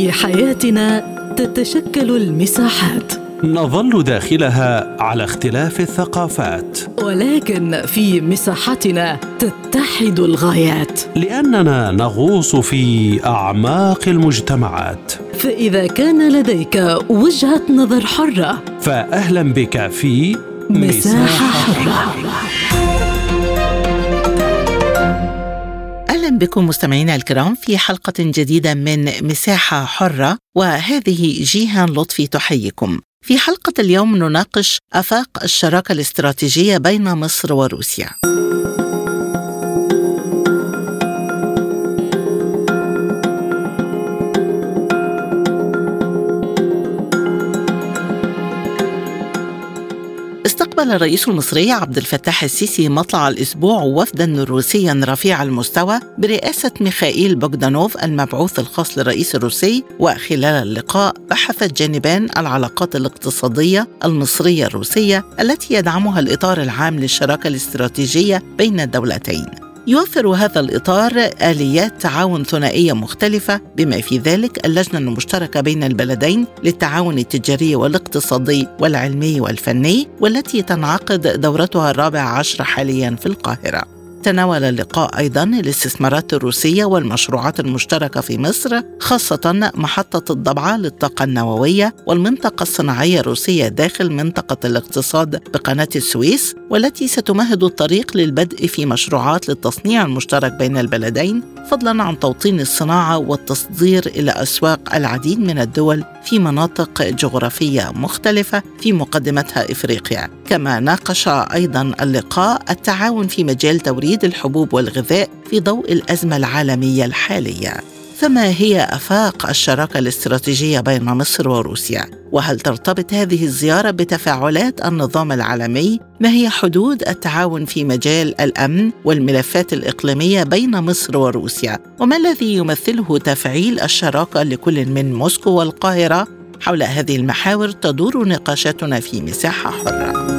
في حياتنا تتشكل المساحات، نظل داخلها على اختلاف الثقافات، ولكن في مساحتنا تتحد الغايات، لأننا نغوص في أعماق المجتمعات. فإذا كان لديك وجهة نظر حرة، فأهلا بك في مساحة حرة. أهلا بكم مستمعينا الكرام في حلقة جديدة من مساحة حرة، وهذه جيهان لطفي تحييكم. في حلقة اليوم نناقش آفاق الشراكة الاستراتيجية بين مصر وروسيا. استقبل الرئيس المصري عبد الفتاح السيسي مطلع الأسبوع وفداً روسياً رفيع المستوى برئاسة ميخائيل بوغدانوف المبعوث الخاص للرئيس الروسي. وخلال اللقاء بحث الجانبان العلاقات الاقتصادية المصرية الروسية التي يدعمها الإطار العام للشراكة الاستراتيجية بين الدولتين. يوفر هذا الإطار آليات تعاون ثنائية مختلفة، بما في ذلك اللجنة المشتركة بين البلدين للتعاون التجاري والاقتصادي والعلمي والفني، والتي تنعقد دورتها 14 حاليا في القاهرة. تناول اللقاء أيضاً الاستثمارات الروسية والمشروعات المشتركة في مصر، خاصة محطة الضبعة للطاقة النووية والمنطقة الصناعية الروسية داخل منطقة الاقتصاد بقناة السويس، والتي ستمهد الطريق للبدء في مشروعات للتصنيع المشترك بين البلدين، فضلاً عن توطين الصناعة والتصدير إلى أسواق العديد من الدول في مناطق جغرافية مختلفة في مقدمتها إفريقيا. كما ناقش أيضاً اللقاء التعاون في مجال توريد الحبوب والغذاء في ضوء الأزمة العالمية الحالية. فما هي آفاق الشراكة الاستراتيجية بين مصر وروسيا؟ وهل ترتبط هذه الزيارة بتفاعلات النظام العالمي؟ ما هي حدود التعاون في مجال الأمن والملفات الإقليمية بين مصر وروسيا؟ وما الذي يمثله تفعيل الشراكة لكل من موسكو والقاهرة؟ حول هذه المحاور تدور نقاشاتنا في مساحة حرة.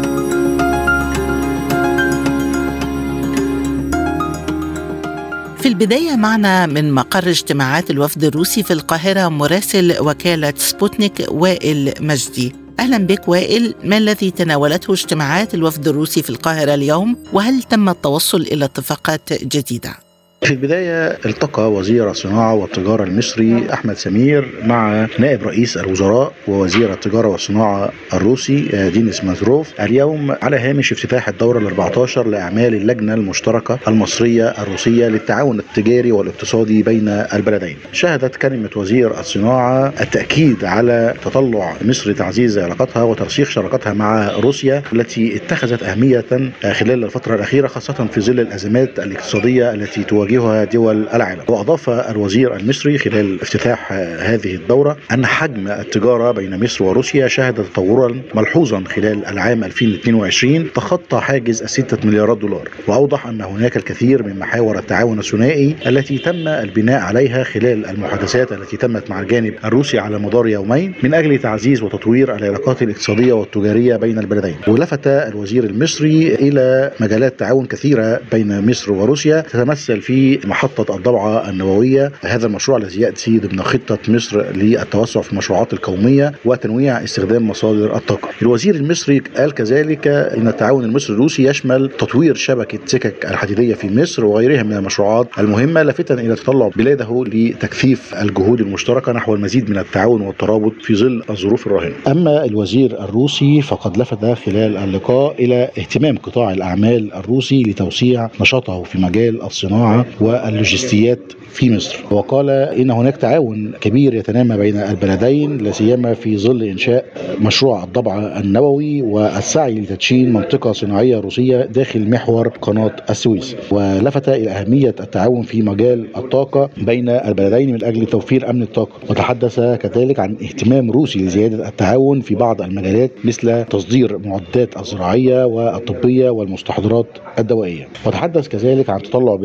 في البداية معنا من مقر اجتماعات الوفد الروسي في القاهرة مراسل وكالة سبوتنيك وائل مجدي. أهلا بك وائل، ما الذي تناولته اجتماعات الوفد الروسي في القاهرة اليوم، وهل تم التوصل إلى اتفاقات جديدة؟ في البداية التقى وزير الصناعة والتجارة المصري أحمد سمير مع نائب رئيس الوزراء ووزير التجارة والصناعة الروسي دينيس مازروف اليوم على هامش افتتاح الدورة ال14 لأعمال اللجنة المشتركة المصرية الروسية للتعاون التجاري والاقتصادي بين البلدين. شهدت كلمة وزير الصناعة التأكيد على تطلع مصر لتعزيز علاقاتها وترسيخ شراكتها مع روسيا التي اتخذت أهمية خلال الفترة الأخيرة، خاصة في ظل الأزمات الاقتصادية التي تواجهها دول العالم. وأضاف الوزير المصري خلال افتتاح هذه الدورة أن حجم التجارة بين مصر وروسيا شهد تطورا ملحوظا خلال العام 2022 تخطى حاجز 6 مليارات دولار. وأوضح أن هناك الكثير من محاور التعاون الثنائي التي تم البناء عليها خلال المحادثات التي تمت مع الجانب الروسي على مدار يومين من أجل تعزيز وتطوير العلاقات الاقتصادية والتجارية بين البلدين. ولفت الوزير المصري إلى مجالات تعاون كثيرة بين مصر وروسيا تتمثل في محطة الضبعة النووية، هذا المشروع الذي يأتي ضمن خطة مصر للتوسع في المشروعات القومية وتنويع استخدام مصادر الطاقة. الوزير المصري قال كذلك إن التعاون المصري الروسي يشمل تطوير شبكة سكك الحديدية في مصر وغيرها من المشروعات المهمة، لافتا إلى تطلع بلاده لتكثيف الجهود المشتركة نحو المزيد من التعاون والترابط في ظل الظروف الراهنة. أما الوزير الروسي فقد لفت خلال اللقاء إلى اهتمام قطاع الأعمال الروسي لتوسيع نشاطه في مجال الصناعة واللوجستيات في مصر، وقال إن هناك تعاون كبير يتنامى بين البلدين لا سيما في ظل إنشاء مشروع الضبعة النووي والسعي لتدشين منطقة صناعية روسية داخل محور قناة السويس. ولفت إلى أهمية التعاون في مجال الطاقة بين البلدين من أجل توفير أمن الطاقة. وتحدث كذلك عن اهتمام روسي لزيادة التعاون في بعض المجالات مثل تصدير المعدات الزراعية والطبية والمستحضرات الدوائية. وتحدث كذلك عن تطلع بلاده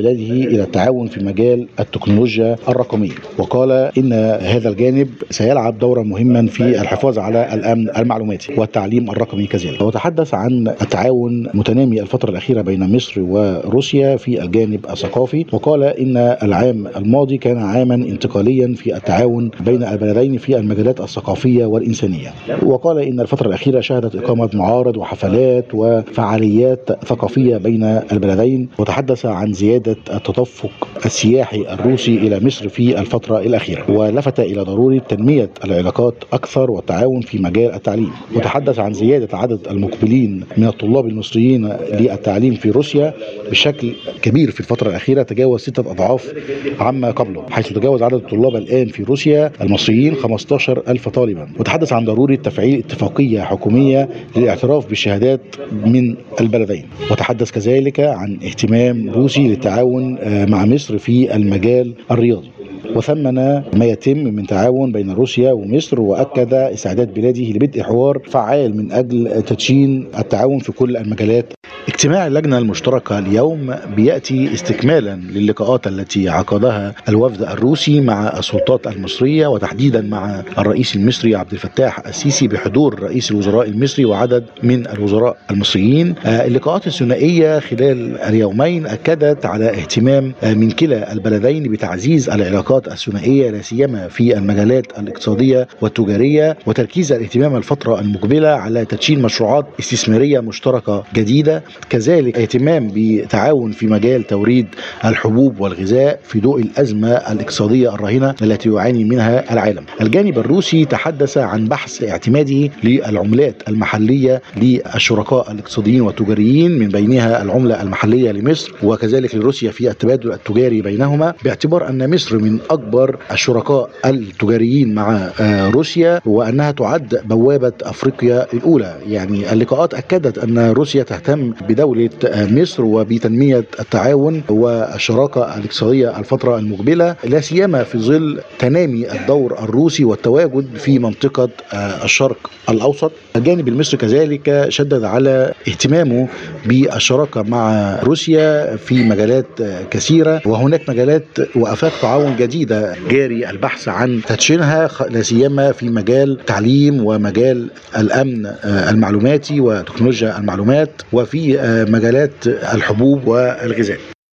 إلى التعاون في مجال التكنولوجيا الرقمية، وقال إن هذا الجانب سيلعب دورا مهما في الحفاظ على الأمن المعلوماتي والتعليم الرقمي كذلك. وتحدث عن التعاون متنامي الفترة الأخيرة بين مصر وروسيا في الجانب الثقافي، وقال إن العام الماضي كان عاما انتقاليا في التعاون بين البلدين في المجالات الثقافية والإنسانية. وقال إن الفترة الأخيرة شهدت إقامة معارض وحفلات وفعاليات ثقافية بين البلدين، وتحدث عن زيادة التدفق السياحي الروسي إلى مصر في الفترة الأخيرة، ولفت إلى ضرورة تنمية العلاقات أكثر والتعاون في مجال التعليم. وتحدث عن زيادة عدد المقبلين من الطلاب المصريين للتعليم في روسيا بشكل كبير في الفترة الأخيرة، تجاوز 6 أضعاف عما قبله، حيث تجاوز عدد الطلاب الآن في روسيا المصريين 15,000 طالبا. وتحدث عن ضرورة تفعيل اتفاقية حكومية للاعتراف بالشهادات من البلدين. وتحدث كذلك عن اهتمام روسي للتعاون مع مصر في المجال الرياضي، وثمن ما يتم من تعاون بين روسيا ومصر، وأكد استعداد بلاده لبدء حوار فعال من أجل تدشين التعاون في كل المجالات. اجتماع اللجنة المشتركة اليوم بيأتي استكمالا للقاءات التي عقدها الوفد الروسي مع السلطات المصرية، وتحديدا مع الرئيس المصري عبد الفتاح السيسي بحضور رئيس الوزراء المصري وعدد من الوزراء المصريين. اللقاءات الثنائية خلال اليومين أكدت على اهتمام من كلا البلدين بتعزيز العلاقات الثنائية لا سيما في المجالات الاقتصادية والتجارية، وتركيز الاهتمام الفترة المقبلة على تدشين مشروعات استثمارية مشتركة جديدة، كذلك اهتمام بتعاون في مجال توريد الحبوب والغذاء في ضوء الأزمة الاقتصادية الراهنة التي يعاني منها العالم. الجانب الروسي تحدث عن بحث اعتماده للعملات المحلية للشركاء الاقتصاديين والتجاريين، من بينها العملة المحلية لمصر وكذلك لروسيا في التبادل التجاري بينهما، باعتبار أن مصر من أكبر الشركاء التجاريين مع روسيا، وأنها تعد بوابة أفريقيا الأولى. يعني اللقاءات أكدت أن روسيا تهتم بدولة مصر وبتنمية التعاون والشراكة الاقتصادية الفترة المقبلة، لا سيما في ظل تنامي الدور الروسي والتواجد في منطقة الشرق الأوسط. الجانب المصري كذلك شدد على اهتمامه بالشراكة مع روسيا في مجالات كثيرة، وهناك مجالات وآفاق تعاون جديدة جاري البحث عن تدشينها، لا سيما في مجال التعليم ومجال الأمن المعلوماتي وتكنولوجيا المعلومات، وفي مجالات الحبوب والغذاء.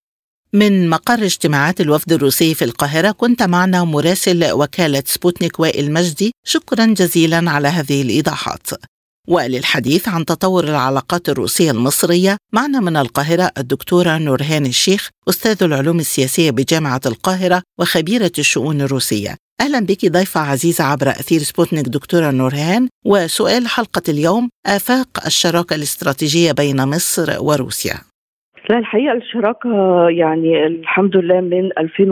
من مقر اجتماعات الوفد الروسي في القاهرة كنت معنا مراسل وكالة سبوتنيك وائل مجدي، شكرا جزيلا على هذه الإيضاحات. وللحديث عن تطور العلاقات الروسية المصرية معنا من القاهرة الدكتورة نورهان الشيخ، أستاذ العلوم السياسية بجامعة القاهرة وخبيرة الشؤون الروسية. أهلا بك ضيفة عزيزة عبر أثير سبوتنيك دكتورة نورهان. وسؤال حلقة اليوم: آفاق الشراكة الاستراتيجية بين مصر وروسيا. لا، الحقيقة الشراكة يعني الحمد لله من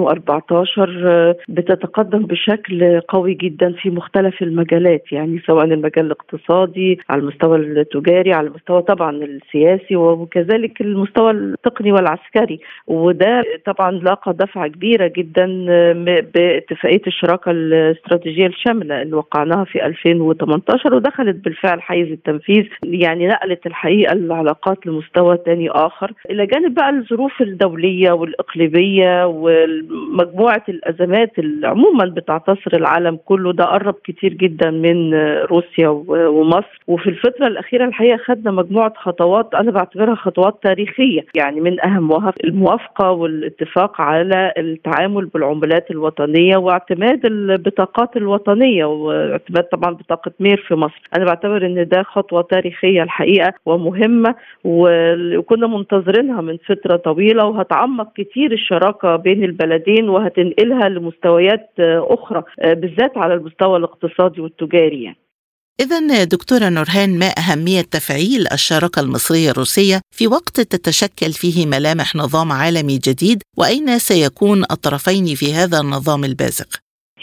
2014 بتتقدم بشكل قوي جدا في مختلف المجالات، يعني سواء المجال الاقتصادي على المستوى التجاري، على المستوى طبعا السياسي، وكذلك المستوى التقني والعسكري. وده طبعا لاقى دفعة كبيرة جدا باتفاقية الشراكة الاستراتيجية الشاملة اللي وقعناها في 2018 ودخلت بالفعل حيز التنفيذ، يعني نقلت الحقيقة العلاقات لمستوى تاني آخر، إلى جانب بقى الظروف الدولية والإقليمية ومجموعة الأزمات اللي عموما بتعتصر العالم كله. ده قرب كتير جدا من روسيا ومصر، وفي الفترة الأخيرة الحقيقة خدنا مجموعة خطوات أنا بعتبرها خطوات تاريخية، يعني من أهمها الموافقة والاتفاق على التعامل بالعملات الوطنية واعتماد البطاقات الوطنية، واعتماد طبعا بطاقة مير في مصر. أنا بعتبر إن ده خطوة تاريخية الحقيقة ومهمة، وكنا منتظرينها من فترة طويلة، وهتعمق كتير الشراكة بين البلدين وهتنقلها لمستويات أخرى بالذات على المستوى الاقتصادي والتجاري يعني. إذن دكتورة نورهان، ما أهمية تفعيل الشراكة المصرية الروسية في وقت تتشكل فيه ملامح نظام عالمي جديد، وأين سيكون الطرفين في هذا النظام البازغ؟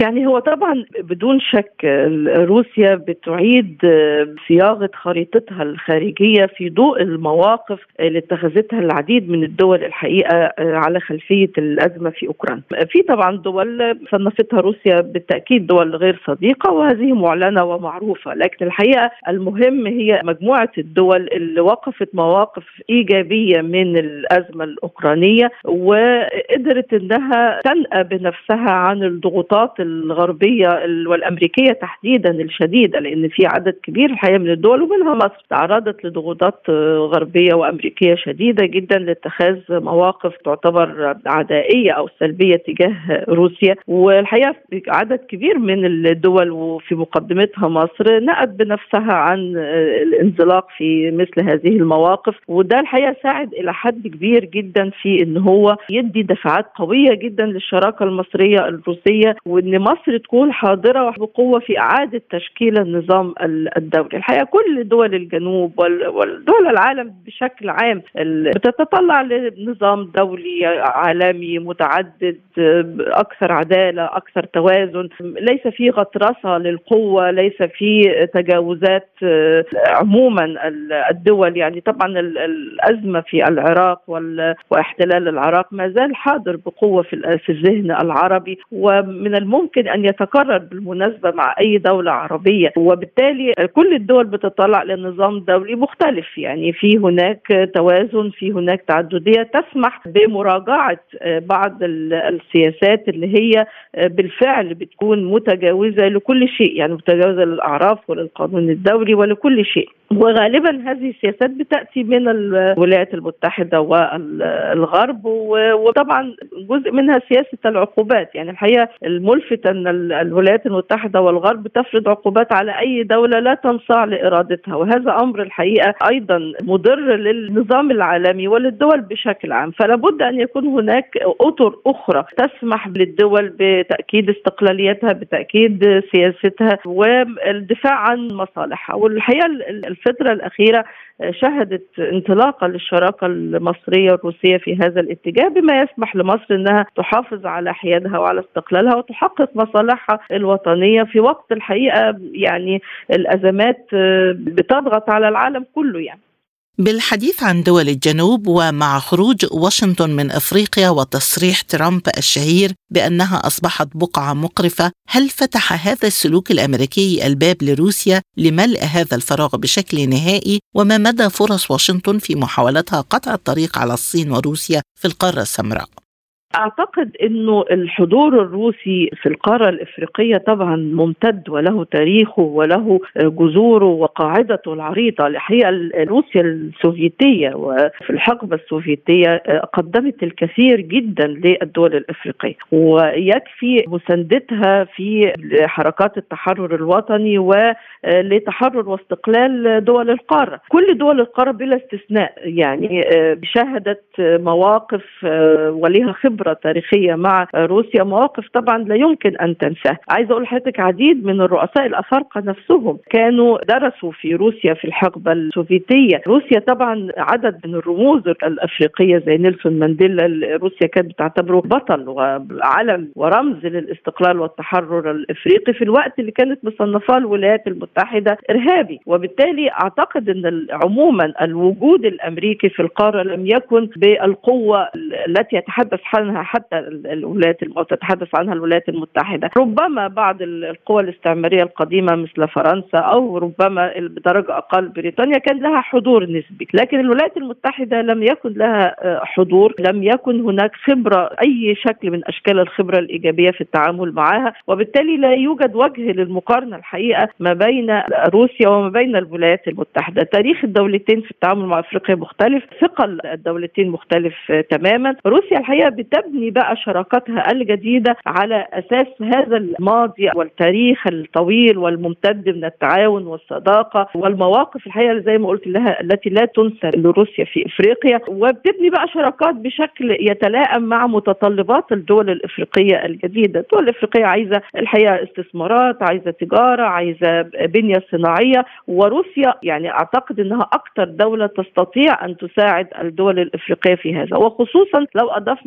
يعني هو طبعا بدون شك روسيا بتعيد صياغة خريطتها الخارجية في ضوء المواقف اللي اتخذتها العديد من الدول الحقيقة على خلفية الأزمة في أوكرانيا. في طبعا دول صنفتها روسيا بالتأكيد دول غير صديقة، وهذه معلنة ومعروفة، لكن الحقيقة المهم هي مجموعة الدول اللي وقفت مواقف إيجابية من الأزمة الأوكرانية وقدرت أنها تنأى بنفسها عن الضغوطات الغربية والأمريكية تحديدا الشديدة، لأن في عدد كبير الحقيقة من الدول ومنها مصر تعرضت لضغوطات غربية وأمريكية شديدة جدا لاتخاذ مواقف تعتبر عدائية أو سلبية تجاه روسيا. والحقيقة عدد كبير من الدول وفي مقدمتها مصر نأت بنفسها عن الانزلاق في مثل هذه المواقف، وده الحقيقة ساعد إلى حد كبير جدا في إن هو يدي دفعات قوية جدا للشراكة المصرية الروسية، وإن مصر تكون حاضرة وبقوة في إعادة تشكيل النظام الدولي. الحقيقة كل دول الجنوب والدول العالم بشكل عام بتتطلع لنظام دولي عالمي متعدد أكثر عدالة أكثر توازن، ليس فيه غطرسة للقوة، ليس فيه تجاوزات عموما الدول. يعني طبعا الأزمة في العراق واحتلال العراق ما زال حاضر بقوة في الذهن العربي، ومن الممكن أن يتكرر بالمناسبة مع أي دولة عربية، وبالتالي كل الدول بتطلع لنظام دولي مختلف. يعني في هناك توازن، في هناك تعددية تسمح بمراجعة بعض السياسات اللي هي بالفعل بتكون متجاوزة لكل شيء، يعني متجاوزة للأعراف وللقانون الدولي ولكل شيء. وغالبا هذه السياسات بتأتي من الولايات المتحدة والغرب، وطبعا جزء منها سياسة العقوبات. يعني الحقيقة الملفت أن الولايات المتحدة والغرب تفرض عقوبات على أي دولة لا تنصاع لإرادتها، وهذا أمر الحقيقة أيضا مضر للنظام العالمي وللدول بشكل عام. فلا بد أن يكون هناك أطر أخرى تسمح للدول بتأكيد استقلاليتها، بتأكيد سياستها والدفاع عن مصالحها. والحقيقة الفترة الأخيرة شهدت انطلاقا للشراكة المصرية الروسية في هذا الاتجاه، بما يسمح لمصر أنها تحافظ على حيادها وعلى استقلالها وتحقق مصالحها الوطنية في وقت الحقيقة يعني الأزمات بتضغط على العالم كله. يعني بالحديث عن دول الجنوب ومع خروج واشنطن من أفريقيا وتصريح ترامب الشهير بأنها أصبحت بقعة مقرفة، هل فتح هذا السلوك الأمريكي الباب لروسيا لملء هذا الفراغ بشكل نهائي؟ وما مدى فرص واشنطن في محاولتها قطع الطريق على الصين وروسيا في القارة السمراء؟ أعتقد أنه الحضور الروسي في القارة الإفريقية طبعا ممتد وله تاريخه وله جذوره وقاعدته العريضة. الحقيقة روسيا السوفيتية وفي الحقبة السوفيتية قدمت الكثير جدا للدول الإفريقية، ويكفي مساندتها في حركات التحرر الوطني ولتحرر واستقلال دول القارة. كل دول القارة بلا استثناء يعني شهدت مواقف وليها خبرة تاريخية مع روسيا، مواقف طبعا لا يمكن أن تنساه. عايزة أقول لحضرتك عديد من الرؤساء الأفارقة نفسهم كانوا درسوا في روسيا في الحقبة السوفيتية. روسيا طبعا عدد من الرموز الأفريقية زي نيلسون مانديلا روسيا كانت بتعتبره بطل وعلم ورمز للاستقلال والتحرر الإفريقي في الوقت اللي كانت مصنفاه الولايات المتحدة إرهابي. وبالتالي أعتقد أن عموما الوجود الأمريكي في القارة لم يكن بالقوة التي يتحدث عنها حتى تتحدث عنها الولايات المتحدة. ربما بعض القوى الاستعمارية القديمة مثل فرنسا أو ربما بدرجة أقل بريطانيا كان لها حضور نسبي، لكن الولايات المتحدة لم يكن لها حضور، لم يكن هناك خبرة أي شكل من أشكال الخبرة الإيجابية في التعامل معها، وبالتالي لا يوجد وجه للمقارنة الحقيقة ما بين روسيا وما بين الولايات المتحدة. تاريخ الدولتين في التعامل مع أفريقيا مختلف، ثقل الدولتين مختلف تماما. روسيا الحقيقة بتبني بقى شراكتها الجديدة على أساس هذا الماضي والتاريخ الطويل والممتد من التعاون والصداقة والمواقف الحقيقة زي ما قلت لها التي لا تنسى لروسيا في إفريقيا، وبتبني بقى شراكات بشكل يتلائم مع متطلبات الدول الإفريقية الجديدة. الدول الإفريقية عايزة الحقيقة استثمارات، عايزة تجارة، عايزة بنية صناعية، وروسيا يعني أعتقد أنها أكثر دولة تستطيع أن تساعد الدول الإفريقية في هذا، وخصوصا لو أضفنا لها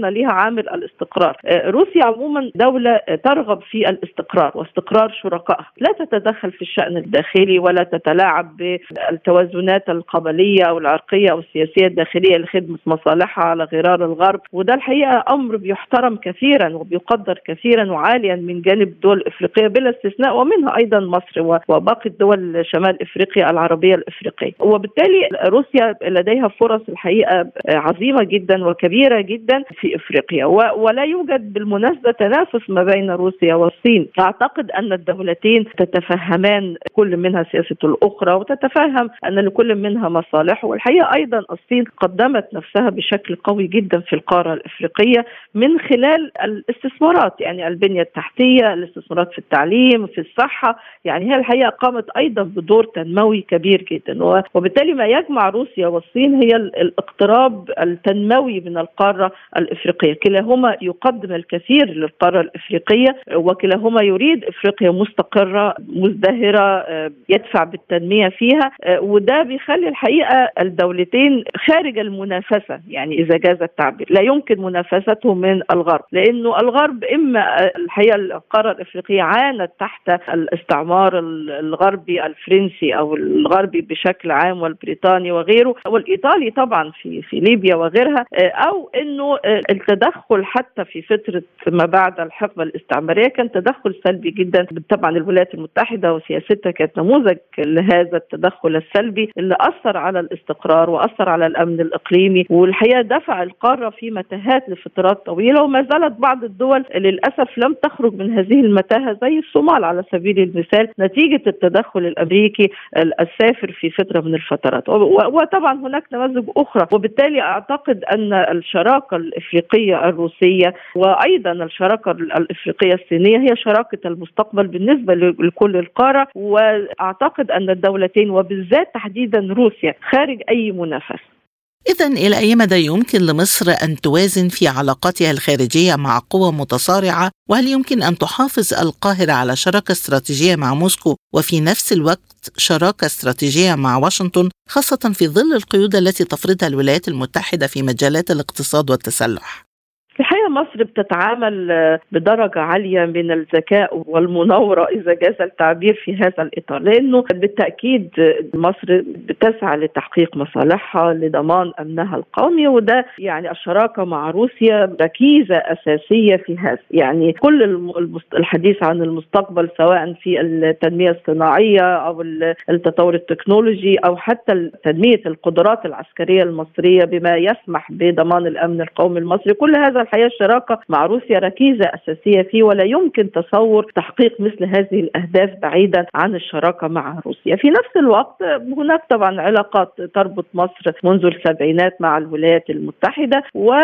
عامل الاستقرار. روسيا عموما دولة ترغب في الاستقرار واستقرار شركائها، لا تتدخل في الشأن الداخلي ولا تتلاعب بالتوازنات القبلية أو العرقية أو السياسية الداخلية لخدمة مصالحها على غرار الغرب. وده الحقيقة أمر بيحترم كثيرا وبيقدر كثيرا وعاليا من جانب الدول الإفريقية بلا استثناء، ومنها أيضا مصر وباقي الدول شمال إفريقيا العربية الإفريقية. وبالتالي روسيا لديها فرص الحقيقة عظيمة جدا وكبيرة جدا في إفريقيا، ولا يوجد بالمناسبة تنافس ما بين روسيا والصين. أعتقد أن الدولتين تتفهمان كل منها سياسة الأخرى وتتفهم أن لكل منها مصالح. والحقيقة أيضا الصين قدمت نفسها بشكل قوي جدا في القارة الإفريقية من خلال الاستثمارات، يعني البنية التحتية، الاستثمارات في التعليم، في الصحة. يعني هي الحقيقة قامت أيضا بدور تنموي كبير جدا. وبالتالي ما يجمع روسيا والصين هي الاقتراب التنموي من القارة الإفريقية. كلاهما يقدم الكثير للقارة الإفريقية، وكلاهما يريد إفريقيا مستقرة مزدهرة يدفع بالتنمية فيها. وده بيخلي الحقيقة الدولتين خارج المنافسة، يعني إذا جاز التعبير. لا يمكن منافستهم من الغرب، لأنه الغرب إما الحقيقة القارة الإفريقية عانت تحت الاستعمار الغربي الفرنسي أو الغربي بشكل عام والبريطاني وغيره والإيطالي طبعا في ليبيا وغيرها، أو إنه التدخل حتى في فترة ما بعد الحقبة الاستعمارية كان تدخل سلبي جدا. طبعا الولايات المتحدة وسياستها كانت نموذج لهذا التدخل السلبي اللي أثر على الاستقرار وأثر على الأمن الإقليمي، والحقيقة دفع القارة في متاهات لفترات طويلة. وما زالت بعض الدول للأسف لم تخرج من هذه المتاهة زي الصومال على سبيل المثال نتيجة التدخل الأمريكي السافر في فترة من الفترات. وطبعا هناك نماذج أخرى. وبالتالي أعتقد أن الشراكة الإفريقية الروسية وأيضا الشراكة الإفريقية الصينية هي شراكة المستقبل بالنسبة لكل القارة. وأعتقد أن الدولتين وبالذات تحديدا روسيا خارج أي منافسة. إذن إلى أي مدى يمكن لمصر أن توازن في علاقاتها الخارجية مع قوى متصارعة؟ وهل يمكن أن تحافظ القاهرة على شراكة استراتيجية مع موسكو وفي نفس الوقت شراكة استراتيجية مع واشنطن، خاصة في ظل القيود التي تفرضها الولايات المتحدة في مجالات الاقتصاد والتسلح؟ الحقيقة مصر بتتعامل بدرجة عالية من الذكاء والمناورة إذا جاز التعبير في هذا الإطار، لأنه بالتأكيد مصر بتسعى لتحقيق مصالحها لضمان أمنها القومي. وده يعني الشراكة مع روسيا ركيزة أساسية في هذا. يعني كل الحديث عن المستقبل سواء في التنمية الصناعية أو التطور التكنولوجي أو حتى تنمية القدرات العسكرية المصرية بما يسمح بضمان الأمن القومي المصري، كل هذا الحقيقة الشراكة مع روسيا ركيزة أساسية فيه. ولا يمكن تصور تحقيق مثل هذه الأهداف بعيدا عن الشراكة مع روسيا. في نفس الوقت هناك طبعا علاقات تربط مصر منذ السبعينات مع الولايات المتحدة،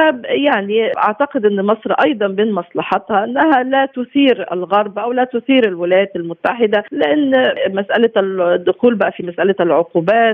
ويعني أعتقد أن مصر أيضا من مصلحتها أنها لا تثير الغرب أو لا تثير الولايات المتحدة، لأن مسألة الدخول بقى في مسألة العقوبات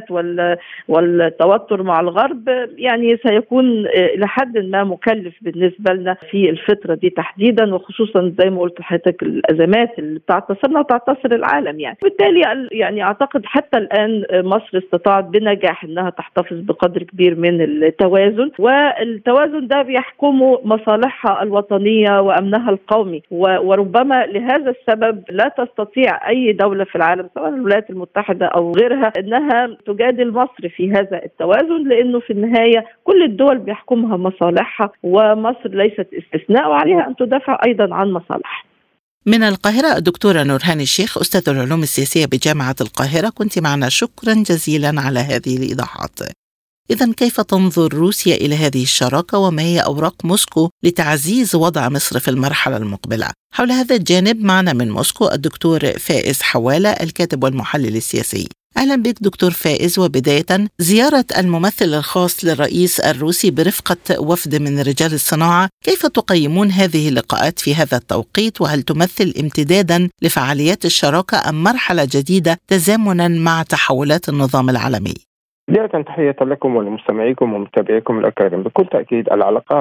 والتوتر مع الغرب يعني سيكون لحد ما مكلف بالنسبة لنا في الفترة دي تحديدا، وخصوصا زي ما قلت لحضرتك الأزمات اللي بتعتصرنا وتعتصر العالم. يعني بالتالي يعني أعتقد حتى الآن مصر استطاعت بنجاح أنها تحتفظ بقدر كبير من التوازن، والتوازن ده بيحكمه مصالحها الوطنية وأمنها القومي. وربما لهذا السبب لا تستطيع أي دولة في العالم سواء الولايات المتحدة أو غيرها أنها تجادل مصر في هذا التوازن، لأنه في النهاية كل الدول بيحكمها مصالحها ومصر ليست استثناء، وعليها أن تدافع أيضا عن مصالحها. من القاهرة الدكتورة نورهان الشيخ، أستاذ العلوم السياسية بجامعة القاهرة، كنت معنا، شكرا جزيلا على هذه الإيضاحات. إذن كيف تنظر روسيا إلى هذه الشراكة وما هي أوراق موسكو لتعزيز وضع مصر في المرحلة المقبلة؟ حول هذا الجانب معنا من موسكو الدكتور فائز حوالة الكاتب والمحلل السياسي. أهلا بك دكتور فائز. وبداية، زيارة الممثل الخاص للرئيس الروسي برفقة وفد من رجال الصناعة، كيف تقيمون هذه اللقاءات في هذا التوقيت؟ وهل تمثل امتدادا لفعاليات الشراكة أم مرحلة جديدة تزامنا مع تحولات النظام العالمي؟ بداية تحية لكم ولمستمعيكم ومتابعيكم الأكارم. بكل تأكيد العلاقات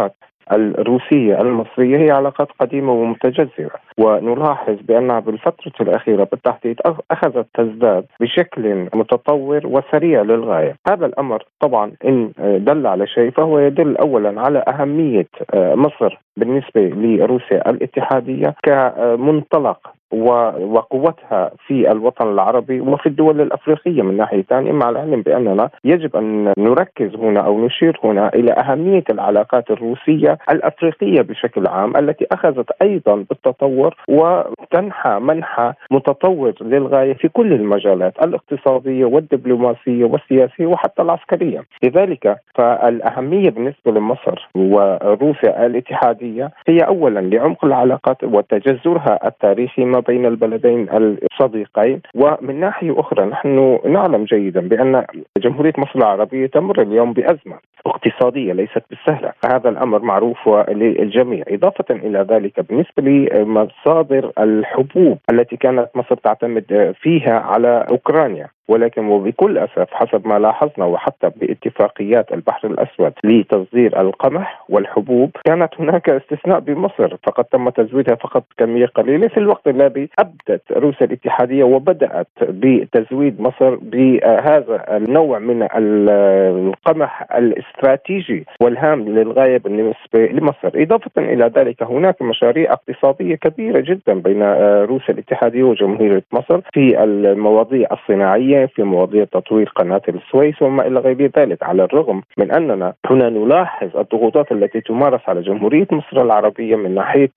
الروسية المصرية هي علاقات قديمة ومتجذرة، ونلاحظ بأنها بالفترة الأخيرة بالتحديد أخذت تزداد بشكل متطور وسريع للغاية. هذا الأمر طبعا إن دل على شيء فهو يدل أولا على أهمية مصر بالنسبة لروسيا الاتحادية كمنطلق وقوتها في الوطن العربي وفي الدول الأفريقية من ناحية ثانية، مع العلم بأننا يجب أن نركز هنا أو نشير هنا إلى أهمية العلاقات الروسية الأفريقية بشكل عام التي أخذت أيضا بالتطور وتنحى منحى متطور للغاية في كل المجالات الاقتصادية والدبلوماسية والسياسية وحتى العسكرية. لذلك فالأهمية بالنسبة لمصر وروسيا الاتحادية هي أولا لعمق العلاقات وتجذرها التاريخي ما بين البلدين الصديقين، ومن ناحية أخرى نحن نعلم جيدا بأن جمهورية مصر العربية تمر اليوم بأزمة اقتصادية ليست بالسهلة، هذا الأمر معروف للجميع. إضافة إلى ذلك بالنسبة لمصادر الحبوب التي كانت مصر تعتمد فيها على أوكرانيا، ولكن وبكل أسف حسب ما لاحظنا وحتى باتفاقيات البحر الأسود لتصدير القمح والحبوب كانت هناك استثناء بمصر، فقد تم تزويدها فقط كمية قليلة في الوقت الذي أبدت روسيا الاتحادية وبدأت بتزويد مصر بهذا النوع من القمح الاستراتيجي والهام للغاية بالنسبة لمصر. إضافة إلى ذلك هناك مشاريع اقتصادية كبيرة جدا بين روسيا الاتحادية وجمهورية مصر في المواضيع الصناعية، في مواضيع تطوير قناة السويس وما إلى غير ذلك، على الرغم من أننا هنا نلاحظ الضغوطات التي تمارس على جمهورية مصر العربية من ناحية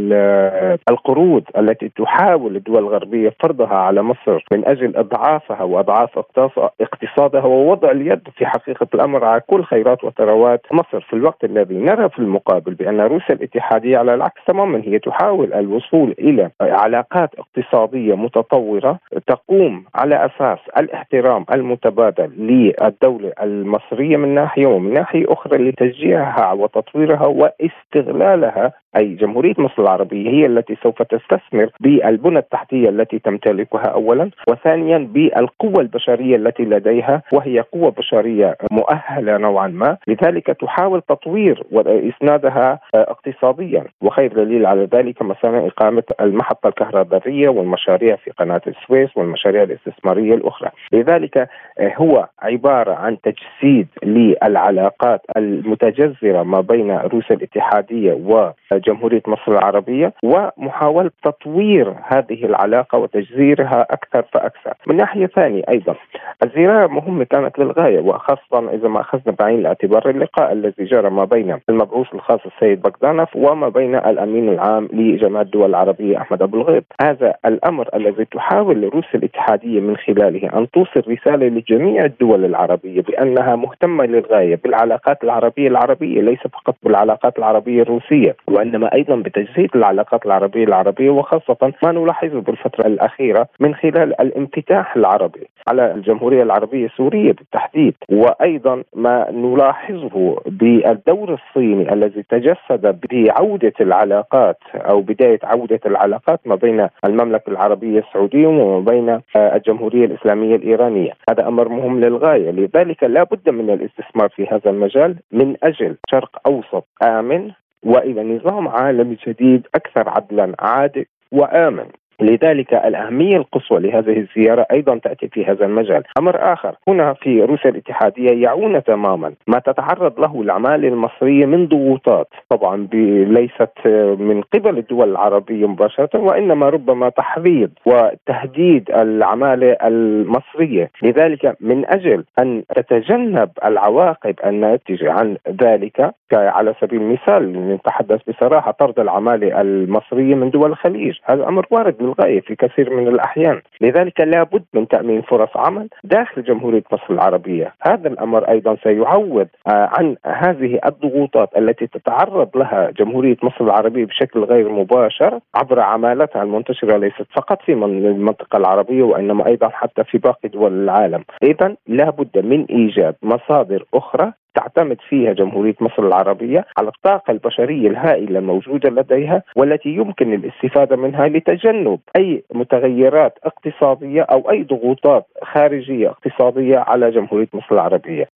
القروض التي تحاول الدول الغربية فرضها على مصر من أجل إضعافها وأضعاف اقتصادها ووضع اليد في حقيقة الأمر على كل خيرات وثروات مصر، في الوقت الذي نرى في المقابل بأن روسيا الاتحادية على العكس تماما هي تحاول الوصول إلى علاقات اقتصادية متطورة تقوم على أساس الاحترام المتبادل للدولة المصرية من ناحية، ومن ناحية أخرى لتشجيعها وتطويرها واستغلالها، أي جمهورية مصر العربية هي التي سوف تستثمر بالبنى التحتية التي تمتلكها أولا، وثانيا بالقوة البشرية التي لديها وهي قوة بشرية مؤهلة نوعا ما، لذلك تحاول تطوير وإسنادها اقتصاديا، وخير دليل على ذلك مثلا إقامة المحطة الكهربائية والمشاريع في قناة السويس والمشاريع الاستثمارية الأخرى. لذلك هو عبارة عن تجسيد للعلاقات المتجذرة ما بين روسيا الاتحادية وجمهورية مصر العربية ومحاولة تطوير هذه العلاقة وتجزيرها أكثر فأكثر. من ناحية ثانية أيضا الزيارة مهمة كانت للغاية، وخاصة إذا ما أخذنا بعين الاعتبار اللقاء الذي جرى ما بين المبعوث الخاص السيد بogdanov وما بين الأمين العام لجماعة الدول العربية أحمد أبو الغيط. هذا الأمر الذي تحاول روسيا الاتحادية من خلاله أن توصل رسالة لجميع الدول العربية بأنها مهتمة للغاية بالعلاقات العربية ليس فقط بالعلاقات العربية الروسية، وإنما أيضا بتجسيد العلاقات العربية وخاصة ما نلاحظه بالفترة الأخيرة من خلال الانفتاح العربي على الجمهورية العربية السورية بالتحديد، وأيضا ما نلاحظه بالدور الصيني الذي تجسد بعودة العلاقات أو بداية عودة العلاقات ما بين المملكة العربية السعودية وما بين الجمهورية الإسلامية الإيرانية. هذا أمر مهم للغاية، لذلك لا بد من الاستثمار في هذا المجال من أجل شرق أوسط آمن وإلى نظام عالمي جديد أكثر عدلا عادل وآمن. لذلك الأهمية القصوى لهذه الزيارة أيضا تأتي في هذا المجال. أمر آخر هنا في روسيا الاتحادية يعون تماما ما تتعرض له العمالة المصرية من ضغوطات، طبعا ليست من قبل الدول العربية مباشرة وإنما ربما تحريض وتهديد العمالة المصرية. لذلك من أجل أن تتجنب العواقب الناتجة عن ذلك، على سبيل المثال نتحدث بصراحة طرد العمالة المصرية من دول الخليج، هذا أمر وارد للغاية في كثير من الأحيان. لذلك لا بد من تأمين فرص عمل داخل جمهورية مصر العربية. هذا الأمر أيضا سيعوض عن هذه الضغوطات التي تتعرض لها جمهورية مصر العربية بشكل غير مباشر عبر عمالتها المنتشرة ليست فقط في المنطقة العربية وإنما أيضا حتى في باقي دول العالم. إذن لا بد من إيجاد مصادر أخرى تعتمد فيها جمهورية مصر العربية على الطاقة البشرية الهائلة الموجودة لديها والتي يمكن الاستفادة منها لتجنب أي متغيرات اقتصادية أو أي ضغوطات خارجية اقتصادية على جمهورية مصر العربية.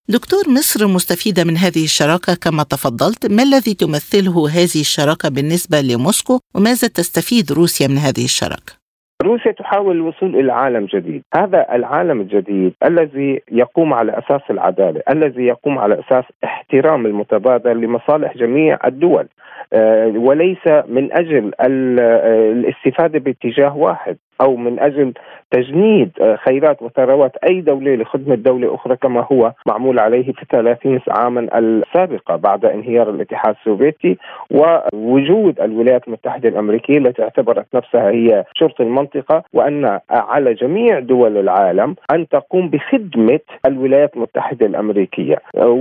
دكتور، مصر مستفيدة من هذه الشراكة كما تفضلت. ما الذي تمثله هذه الشراكة بالنسبة لموسكو، وماذا تستفيد روسيا من هذه الشراكة؟ روسيا تحاول الوصول إلى عالم جديد. هذا العالم الجديد الذي يقوم على أساس العدالة، الذي يقوم على أساس احترام المتبادل لمصالح جميع الدول، وليس من أجل الاستفادة باتجاه واحد أو من أجل تجنيد خيرات وثروات أي دولة لخدمة دولة أخرى كما هو معمول عليه في 30 عاما السابقة بعد انهيار الاتحاد السوفيتي ووجود الولايات المتحدة الأمريكية التي اعتبرت نفسها هي شرط المنطقة، وأن على جميع دول العالم أن تقوم بخدمة الولايات المتحدة الأمريكية.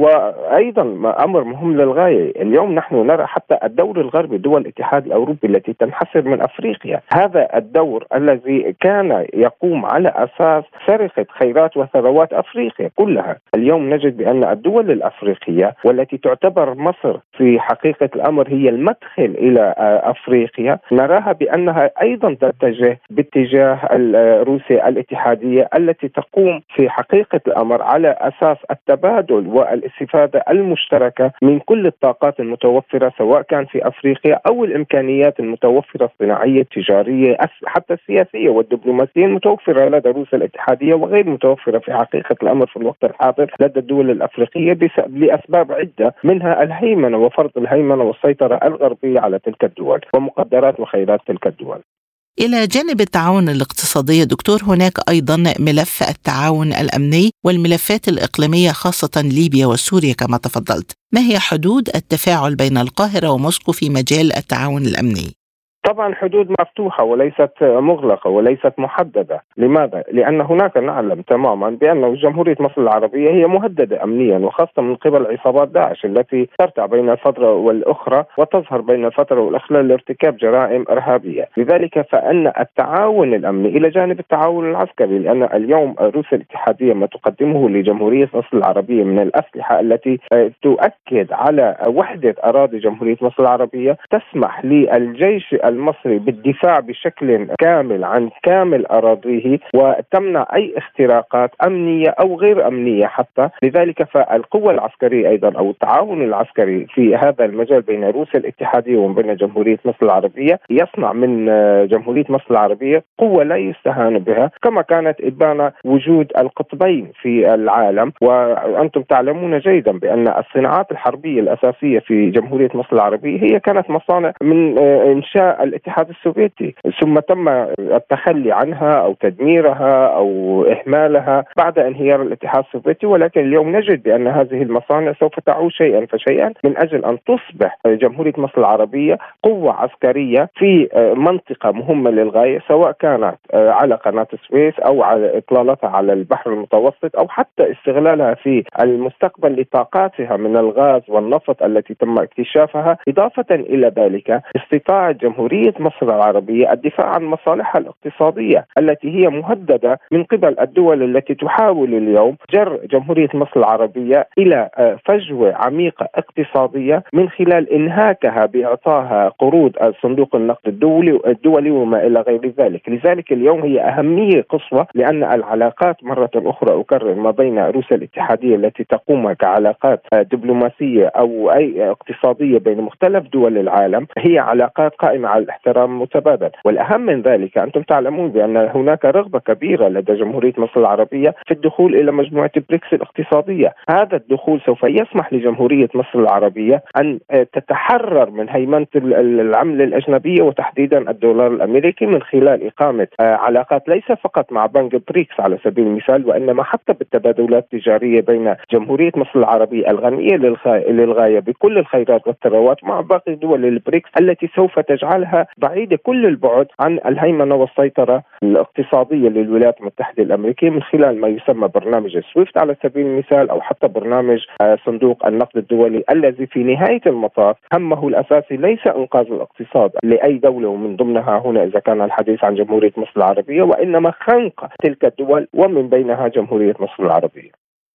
وأيضا أمر مهم للغاية، اليوم نحن نرى حتى الدور الغربي، دول الاتحاد الأوروبي التي تنحسر من أفريقيا، هذا الدور الذي كان يقوم على أساس سرقة خيرات وثروات أفريقيا كلها. اليوم نجد بأن الدول الأفريقية والتي تعتبر مصر في حقيقة الأمر هي المدخل إلى أفريقيا، نراها بأنها أيضا تتجه باتجاه روسيا الاتحادية التي تقوم في حقيقة الأمر على أساس التبادل والاستفادة المشتركة من كل الطاقات المتوفرة سواء كان في أفريقيا أو الإمكانيات المتوفرة الصناعية التجارية حتى السياسية والدبلوماسية المتوفرة لدى روسيا الاتحادية وغير متوفرة في حقيقة الأمر في الوقت الحاضر لدى الدول الأفريقية لأسباب عدة، منها الهيمنة وفرض الهيمنة والسيطرة الغربية على تلك الدول ومقدرات وخيرات تلك الدول. إلى جانب التعاون الاقتصادي دكتور، هناك أيضا ملف التعاون الأمني والملفات الإقليمية خاصة ليبيا وسوريا كما تفضلت. ما هي حدود التفاعل بين القاهرة وموسكو في مجال التعاون الأمني؟ طبعا حدود مفتوحة وليست مغلقة وليست محددة. لماذا؟ لأن هناك نعلم تماما بأن جمهورية مصر العربية هي مهددة أمنيا وخاصة من قبل عصابات داعش التي ترتع بين الفترة والأخرى وتظهر بين الفترة والأخرى لارتكاب جرائم إرهابية. لذلك فإن التعاون الأمني إلى جانب التعاون العسكري، لأن اليوم روسيا الاتحادية ما تقدمه لجمهورية مصر العربية من الأسلحة التي تؤكد على وحدة أراضي جمهورية مصر العربية، تسمح للجيش المصري بالدفاع بشكل كامل عن كامل أراضيه وتمنع أي اختراقات أمنية أو غير أمنية حتى. لذلك فالقوة العسكرية أيضا أو التعاون العسكري في هذا المجال بين روسيا الاتحادية وبين جمهورية مصر العربية يصنع من جمهورية مصر العربية قوة لا يستهان بها، كما كانت إبانة وجود القطبين في العالم. وأنتم تعلمون جيدا بأن الصناعات الحربية الأساسية في جمهورية مصر العربية هي كانت مصانع من إنشاء الاتحاد السوفيتي، ثم تم التخلي عنها أو تدميرها أو إهمالها بعد انهيار الاتحاد السوفيتي. ولكن اليوم نجد بأن هذه المصانع سوف تعود شيئا فشيئا من أجل أن تصبح جمهورية مصر العربية قوة عسكرية في منطقة مهمة للغاية، سواء كانت على قناة السويس أو على إطلالتها على البحر المتوسط أو حتى استغلالها في المستقبل لطاقاتها من الغاز والنفط التي تم اكتشافها. إضافة إلى ذلك استطاعت جمهورية مصر العربية الدفاع عن مصالحها الاقتصادية التي هي مهددة من قبل الدول التي تحاول اليوم جر جمهورية مصر العربية إلى فجوة عميقة اقتصادية من خلال إنهاكها بإعطائها قروض صندوق النقد الدولي وما إلى غير ذلك. لذلك اليوم هي أهمية قصوى، لأن العلاقات مرة أخرى أكرر ما بين روسيا الاتحادية التي تقوم كعلاقات دبلوماسية أو أي اقتصادية بين مختلف دول العالم هي علاقات قائمة على الاحترام المتبادل. والأهم من ذلك أنتم تعلمون بأن هناك رغبة كبيرة لدى جمهورية مصر العربية في الدخول إلى مجموعة بريكس الاقتصادية. هذا الدخول سوف يسمح لجمهورية مصر العربية أن تتحرر من هيمنة العملة الأجنبية وتحديدا الدولار الأمريكي من خلال إقامة علاقات ليس فقط مع بنك بريكس على سبيل المثال، وإنما حتى بالتبادلات التجارية بين جمهورية مصر العربية الغنية للغاية بكل الخيرات والثروات مع باقي دول البريكس التي سوف تجعلها بعيدة كل البعد عن الهيمنة والسيطرة الاقتصادية للولايات المتحدة الأمريكية من خلال ما يسمى برنامج سويفت على سبيل المثال أو حتى برنامج صندوق النقد الدولي الذي في نهاية المطاف همه الأساسي ليس إنقاذ الاقتصاد لأي دولة ومن ضمنها هنا إذا كان الحديث عن جمهورية مصر العربية، وإنما خنق تلك الدول ومن بينها جمهورية مصر العربية.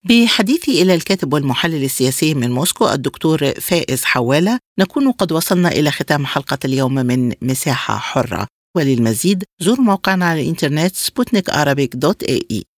بحديثي إلى الكاتب والمحلل السياسي من موسكو الدكتور فائز حوالة، نكون قد وصلنا إلى ختام حلقة اليوم من مساحة حرة. وللمزيد زوروا موقعنا على الإنترنت sputnikarabic.ae.